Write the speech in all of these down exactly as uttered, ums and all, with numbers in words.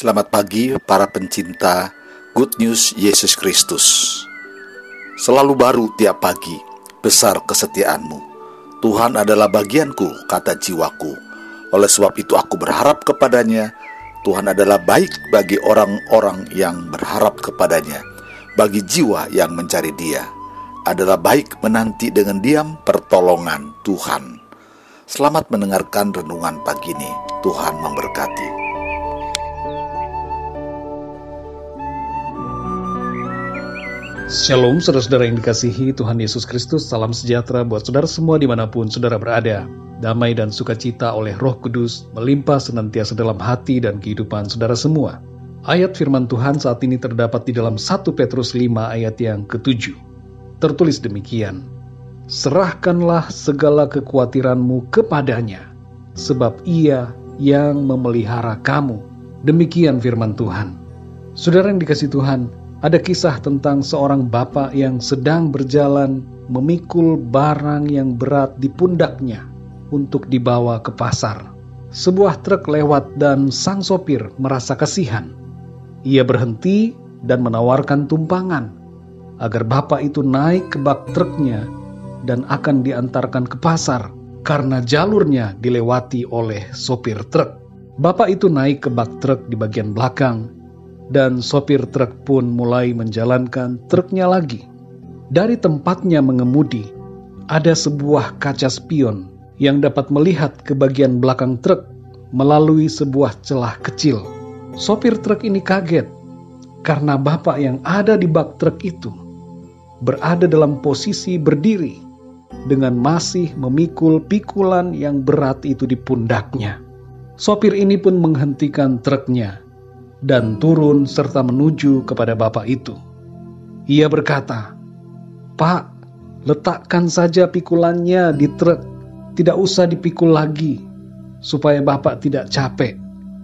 Selamat pagi para pencinta Good News Yesus Kristus. Selalu baru tiap pagi, besar kesetiaanmu. Tuhan adalah bagianku, kata jiwaku. Oleh sebab itu aku berharap kepadanya. Tuhan adalah baik bagi orang-orang yang berharap kepadanya. Bagi jiwa yang mencari Dia, adalah baik menanti dengan diam pertolongan Tuhan. Selamat mendengarkan renungan pagi ini. Tuhan memberkati. Shalom saudara-saudara yang dikasihi Tuhan Yesus Kristus. Salam sejahtera buat saudara semua dimanapun saudara berada. Damai dan sukacita oleh Roh Kudus melimpah senantiasa dalam hati dan kehidupan saudara semua. Ayat firman Tuhan saat ini terdapat di dalam satu Petrus lima ayat yang ketujuh. Tertulis demikian: serahkanlah segala kekhawatiranmu kepadanya, sebab Ia yang memelihara kamu. Demikian firman Tuhan. Saudara yang dikasihi Tuhan, ada kisah tentang seorang bapak yang sedang berjalan memikul barang yang berat di pundaknya untuk dibawa ke pasar. Sebuah truk lewat dan sang sopir merasa kasihan. Ia berhenti dan menawarkan tumpangan agar bapak itu naik ke bak truknya dan akan diantarkan ke pasar karena jalurnya dilewati oleh sopir truk. Bapak itu naik ke bak truk di bagian belakang, dan sopir truk pun mulai menjalankan truknya lagi. Dari tempatnya mengemudi, ada sebuah kaca spion yang dapat melihat ke bagian belakang truk melalui sebuah celah kecil. Sopir truk ini kaget karena bapak yang ada di bak truk itu berada dalam posisi berdiri dengan masih memikul pikulan yang berat itu di pundaknya. Sopir ini pun menghentikan truknya dan turun serta menuju kepada bapak itu. Ia berkata, "Pak, letakkan saja pikulannya di truk, tidak usah dipikul lagi, supaya bapak tidak capek."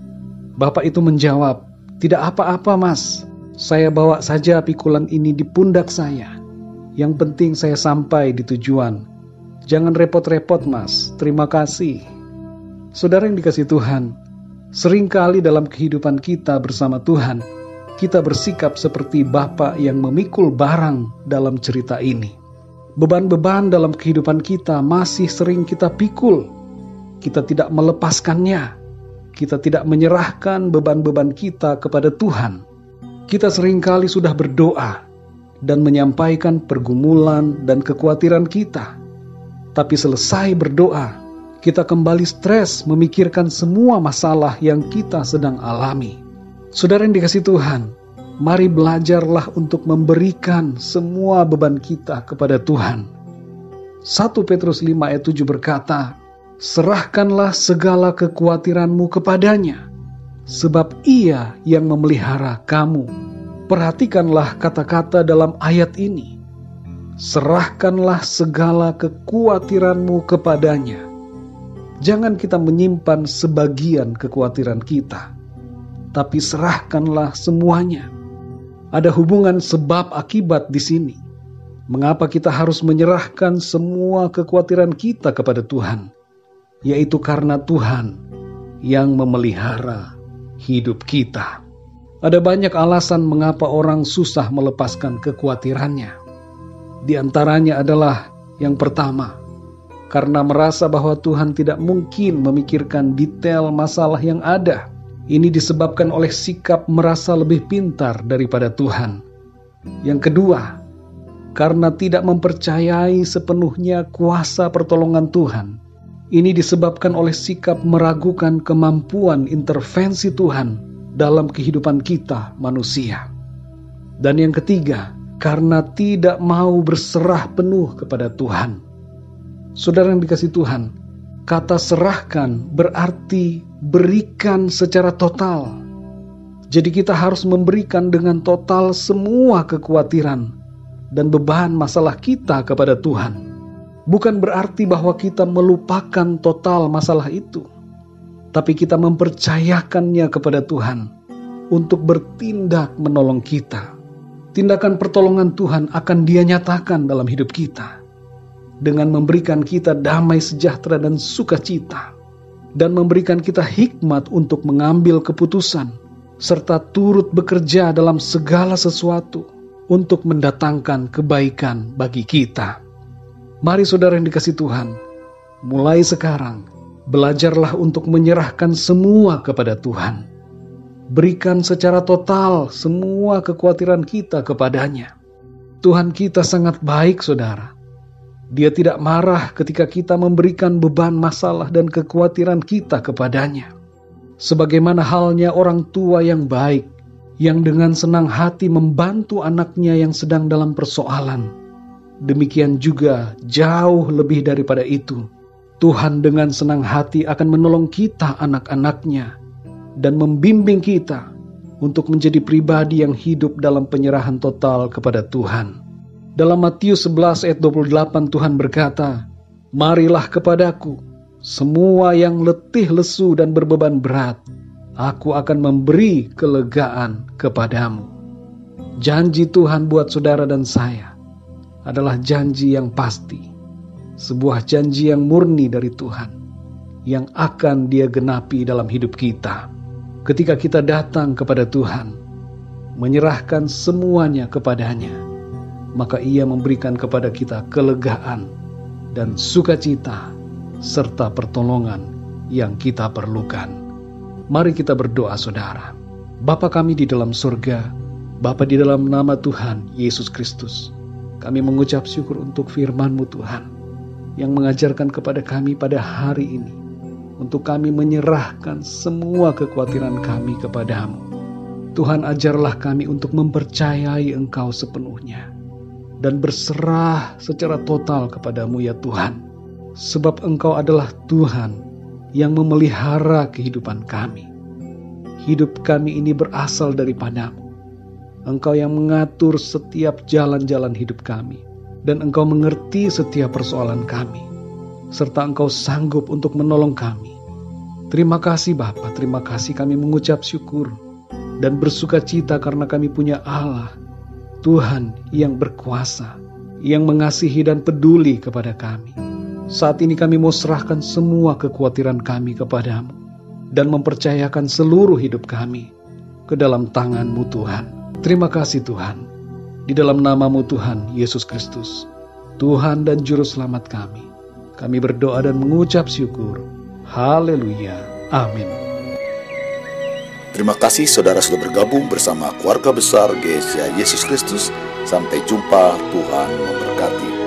Bapak itu menjawab, "Tidak apa-apa mas, saya bawa saja pikulan ini di pundak saya. Yang penting saya sampai di tujuan. Jangan repot-repot mas, terima kasih." Saudara yang dikasihi Tuhan, seringkali dalam kehidupan kita bersama Tuhan, kita bersikap seperti Bapa yang memikul barang dalam cerita ini. Beban-beban dalam kehidupan kita masih sering kita pikul. Kita tidak melepaskannya. Kita tidak menyerahkan beban-beban kita kepada Tuhan. Kita seringkali sudah berdoa dan menyampaikan pergumulan dan kekhawatiran kita. Tapi selesai berdoa, kita kembali stres memikirkan semua masalah yang kita sedang alami. Saudara yang dikasihi Tuhan, mari belajarlah untuk memberikan semua beban kita kepada Tuhan. satu Petrus lima ayat tujuh berkata, serahkanlah segala kekhawatiranmu kepadanya, sebab Ia yang memelihara kamu. Perhatikanlah kata-kata dalam ayat ini. Serahkanlah segala kekhawatiranmu kepadanya. Jangan kita menyimpan sebagian kekhawatiran kita, tapi serahkanlah semuanya. Ada hubungan sebab akibat di sini. Mengapa kita harus menyerahkan semua kekhawatiran kita kepada Tuhan? Yaitu karena Tuhan yang memelihara hidup kita. Ada banyak alasan mengapa orang susah melepaskan kekhawatirannya. Di antaranya adalah yang pertama, karena merasa bahwa Tuhan tidak mungkin memikirkan detail masalah yang ada. Ini disebabkan oleh sikap merasa lebih pintar daripada Tuhan. Yang kedua, karena tidak mempercayai sepenuhnya kuasa pertolongan Tuhan. Ini disebabkan oleh sikap meragukan kemampuan intervensi Tuhan dalam kehidupan kita manusia. Dan yang ketiga, karena tidak mau berserah penuh kepada Tuhan. Saudara yang dikasihi Tuhan, kata serahkan berarti berikan secara total. Jadi kita harus memberikan dengan total semua kekhawatiran dan beban masalah kita kepada Tuhan. Bukan berarti bahwa kita melupakan total masalah itu, tapi kita mempercayakannya kepada Tuhan untuk bertindak menolong kita. Tindakan pertolongan Tuhan akan Dia nyatakan dalam hidup kita, dengan memberikan kita damai sejahtera dan sukacita, dan memberikan kita hikmat untuk mengambil keputusan serta turut bekerja dalam segala sesuatu untuk mendatangkan kebaikan bagi kita. Mari saudara yang dikasihi Tuhan, mulai sekarang belajarlah untuk menyerahkan semua kepada Tuhan. Berikan secara total semua kekhawatiran kita kepadanya. Tuhan kita sangat baik, saudara. Dia tidak marah ketika kita memberikan beban masalah dan kekhawatiran kita kepadanya. Sebagaimana halnya orang tua yang baik, yang dengan senang hati membantu anaknya yang sedang dalam persoalan. Demikian juga jauh lebih daripada itu, Tuhan dengan senang hati akan menolong kita anak-anaknya dan membimbing kita untuk menjadi pribadi yang hidup dalam penyerahan total kepada Tuhan. Dalam Matius sebelas ayat dua puluh delapan Tuhan berkata, "Marilah kepadaku, semua yang letih lesu dan berbeban berat, aku akan memberi kelegaan kepadamu." Janji Tuhan buat saudara dan saya adalah janji yang pasti, sebuah janji yang murni dari Tuhan, yang akan Dia genapi dalam hidup kita. Ketika kita datang kepada Tuhan, menyerahkan semuanya kepadanya, maka Ia memberikan kepada kita kelegaan dan sukacita serta pertolongan yang kita perlukan. Mari kita berdoa, saudara. Bapa kami di dalam surga, Bapa, di dalam nama Tuhan Yesus Kristus, kami mengucap syukur untuk firman-Mu Tuhan, yang mengajarkan kepada kami pada hari ini, untuk kami menyerahkan semua kekhawatiran kami kepada-Mu. Tuhan, ajarlah kami untuk mempercayai Engkau sepenuhnya, dan berserah secara total kepada-Mu ya Tuhan. Sebab Engkau adalah Tuhan yang memelihara kehidupan kami. Hidup kami ini berasal daripada-Mu. Engkau yang mengatur setiap jalan-jalan hidup kami, dan Engkau mengerti setiap persoalan kami, serta Engkau sanggup untuk menolong kami. Terima kasih Bapa, terima kasih, kami mengucap syukur dan bersuka cita karena kami punya Allah, Tuhan yang berkuasa, yang mengasihi dan peduli kepada kami. Saat ini kami mau serahkan semua kekhawatiran kami kepada-Mu dan mempercayakan seluruh hidup kami ke dalam tangan-Mu Tuhan. Terima kasih Tuhan. Di dalam nama-Mu Tuhan Yesus Kristus, Tuhan dan Juru Selamat kami, kami berdoa dan mengucap syukur. Haleluya. Amin. Terima kasih saudara sudah bergabung bersama keluarga besar G S C Yesus Kristus. Sampai jumpa, Tuhan memberkati.